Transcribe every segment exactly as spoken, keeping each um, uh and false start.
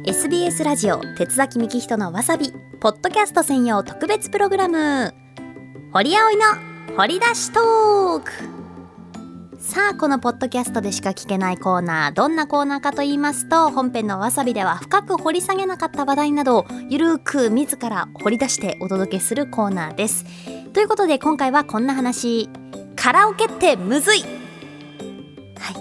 エスビーエス ラジオ鉄崎幹人のわさびポッドキャスト専用特別プログラム、堀葵の掘り出しトーク。さあ、このポッドキャストでしか聞けないコーナー、どんなコーナーかと言いますと、本編のわさびでは深く掘り下げなかった話題などをゆるーく自ら掘り出してお届けするコーナーです。ということで今回はこんな話、カラオケってむずい。はい、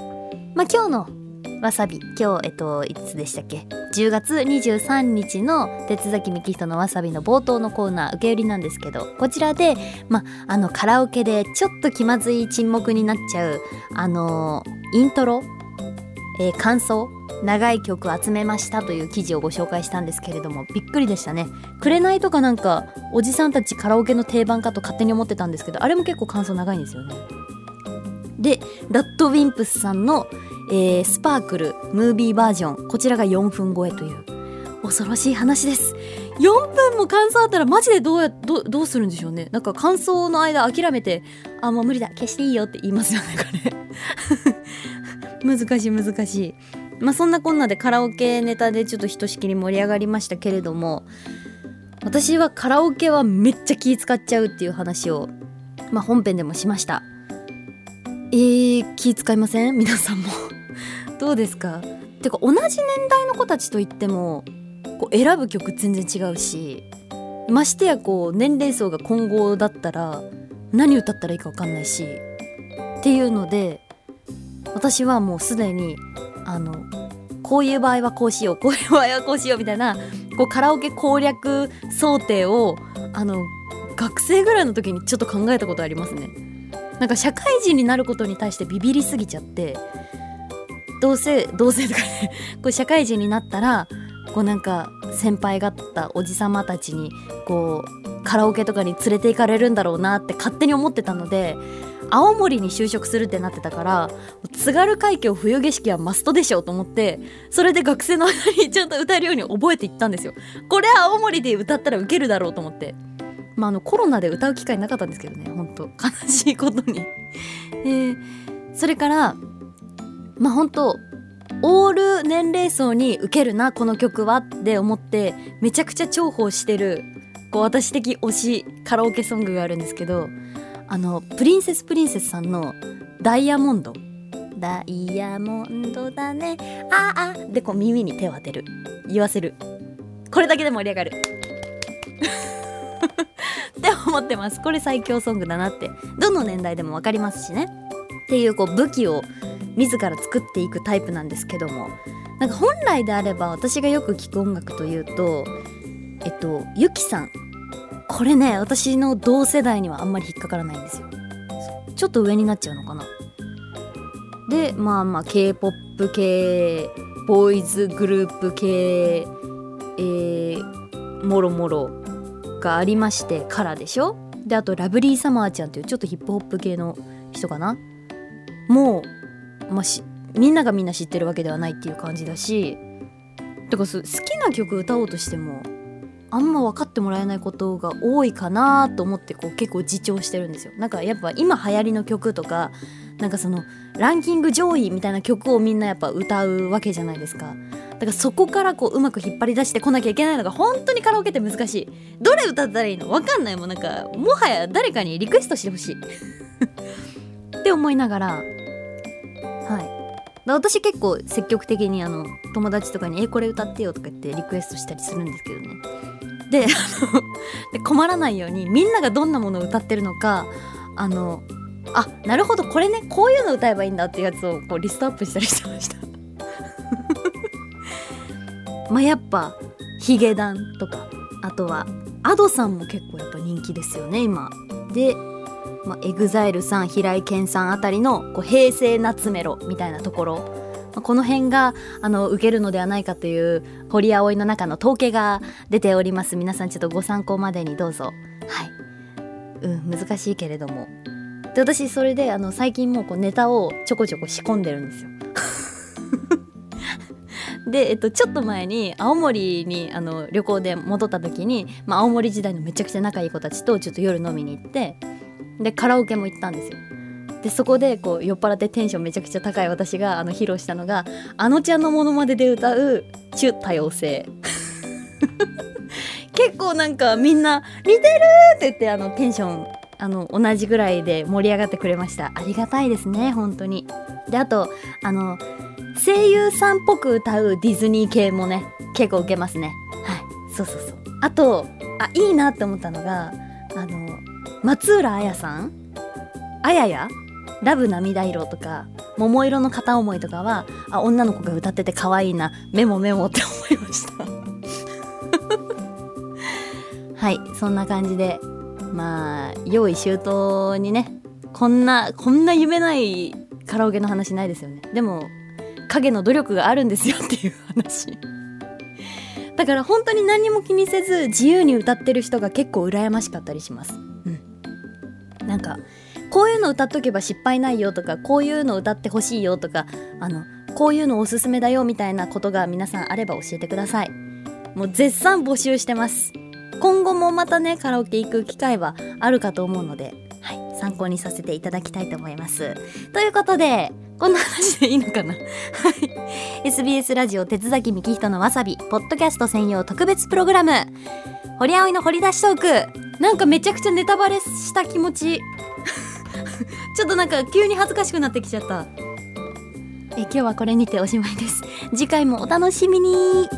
まあ今日のわさび、今日えっといつでしたっけ、じゅうがつにじゅうさんにちの鉄崎幹人のわさびの冒頭のコーナー、受け売りなんですけど、こちらで、ま、あのカラオケでちょっと気まずい沈黙になっちゃうあのイントロ、えー、感想、長い曲集めましたという記事をご紹介したんですけれども、びっくりでしたね。紅とかなんかおじさんたちカラオケの定番かと勝手に思ってたんですけど、あれも結構感想長いんですよね。で、ラッドウィンプスさんのえー、スパークルムービーバージョン、こちらがよんぷん超えという恐ろしい話です。よんぷんも感想あったらマジでどうや ど, どうするんでしょうね。なんか感想の間諦めて、あ、もう無理だ、消していいよって言いますよね、これ難しい難しい。まあそんなこんなでカラオケネタでちょっとひとしきり盛り上がりましたけれども、私はカラオケはめっちゃ気使っちゃうっていう話を、まあ、本編でもしました。えー、気使いません？皆さんもどうですか？てか同じ年代の子たちといってもこう選ぶ曲全然違うし、ましてやこう年齢層が混合だったら何歌ったらいいか分かんないしっていうので、私はもうすでにあのこういう場合はこうしよう、こういう場合はこうしようみたいなこうカラオケ攻略想定をあの学生ぐらいの時にちょっと考えたことありますね。なんか社会人になることに対してビビりすぎちゃって、どうせどうせとかねこう社会人になったらこうなんか先輩方おじさまたちにこうカラオケとかに連れて行かれるんだろうなって勝手に思ってたので、青森に就職するってなってたから、津軽海峡冬景色はマストでしょと思って、それで学生の間にちゃんと歌えるように覚えていったんですよ。これは青森で歌ったらウケるだろうと思って。まあ、あのコロナで歌う機会なかったんですけどね、本当悲しいことにえー、それからまあ本当オール年齢層にウケるなこの曲はって思ってめちゃくちゃ重宝してるこう私的推しカラオケソングがあるんですけど、あのプリンセスプリンセスさんのダイヤモンド、ダイヤモンドだねああでこう耳に手を当てる、言わせる、これだけで盛り上がるって思ってます。これ最強ソングだなってどの年代でも分かりますしねっていう、こう武器を自ら作っていくタイプなんですけども、なんか本来であれば私がよく聴く音楽というとえっとゆきさん、これね私の同世代にはあんまり引っかからないんですよ。ちょっと上になっちゃうのかな。でまあまあ K-ポップ 系、ボーイズグループ系、えー、もろもろがありまして、カラーでしょ。であとラブリーサマーちゃんというちょっとヒップホップ系の人かな。もう、まあ、しみんながみんな知ってるわけではないっていう感じだし、だから好きな曲歌おうとしてもあんま分かってもらえないことが多いかなと思って、こう結構自重してるんですよ。なんかやっぱ今流行りの曲とか、なんかそのランキング上位みたいな曲をみんなやっぱ歌うわけじゃないですか。だからそこからこううまく引っ張り出してこなきゃいけないのが本当にカラオケって難しい。どれ歌ったらいいの分かんない。もんなんかもはや誰かにリクエストしてほしいって思いながら、はい、私結構積極的にあの友達とかにえこれ歌ってよとか言ってリクエストしたりするんですけどね。で、あので困らないようにみんながどんなものを歌ってるのか、あのあなるほどこれねこういうの歌えばいいんだっていうやつをこうリストアップしたりしてましたまあやっぱヒゲダンとか、あとはアドさんも結構やっぱ人気ですよね今で、まあ、エグザイルさん、平井堅さんあたりのこう平成夏メロみたいなところ、まあ、この辺があの受けるのではないかという堀葵の中の統計が出ております。皆さんちょっとご参考までにどうぞ。はい、うん、難しいけれども、で私それであの最近もうこうネタをちょこちょこ仕込んでるんですよで、えっと、ちょっと前に青森にあの旅行で戻った時に、まあ、青森時代のめちゃくちゃ仲いい子たちとちょっと夜飲みに行って、でカラオケも行ったんですよ。 でそこでこう酔っ払ってテンションめちゃくちゃ高い私があの披露したのがあのちゃんのモノマネで歌うチュ多様性結構なんかみんな似てるって言ってあのテンションあの同じぐらいで盛り上がってくれました。ありがたいですね本当に。であとあの声優さんっぽく歌うディズニー系もね結構受けますね。はいそうそうそう。あとあいいなって思ったのがあの松浦綾さんあややラブ涙色とか桃色の片思いとかはあ女の子が歌ってて可愛いなメモメモって思いましたはいそんな感じでまあ用意周到にねこんなこんな夢ないカラオケの話ないですよね。でも影の努力があるんですよっていう話だから本当に何にも気にせず自由に歌ってる人が結構羨ましかったりします。うんなんかこういうの歌っとけば失敗ないよとかこういうの歌ってほしいよとかあのこういうのおすすめだよみたいなことが皆さんあれば教えてください。もう絶賛募集してます。今後もまたねカラオケ行く機会はあるかと思うので、はい、参考にさせていただきたいと思います。ということでこんな話でいいのかなエスビーエス ラジオ鉄崎幹人のわさびポッドキャスト専用特別プログラム堀葵の掘り出しトークなんかめちゃくちゃネタバレした気持ちちょっとなんか急に恥ずかしくなってきちゃった。え今日はこれにておしまいです。次回もお楽しみに。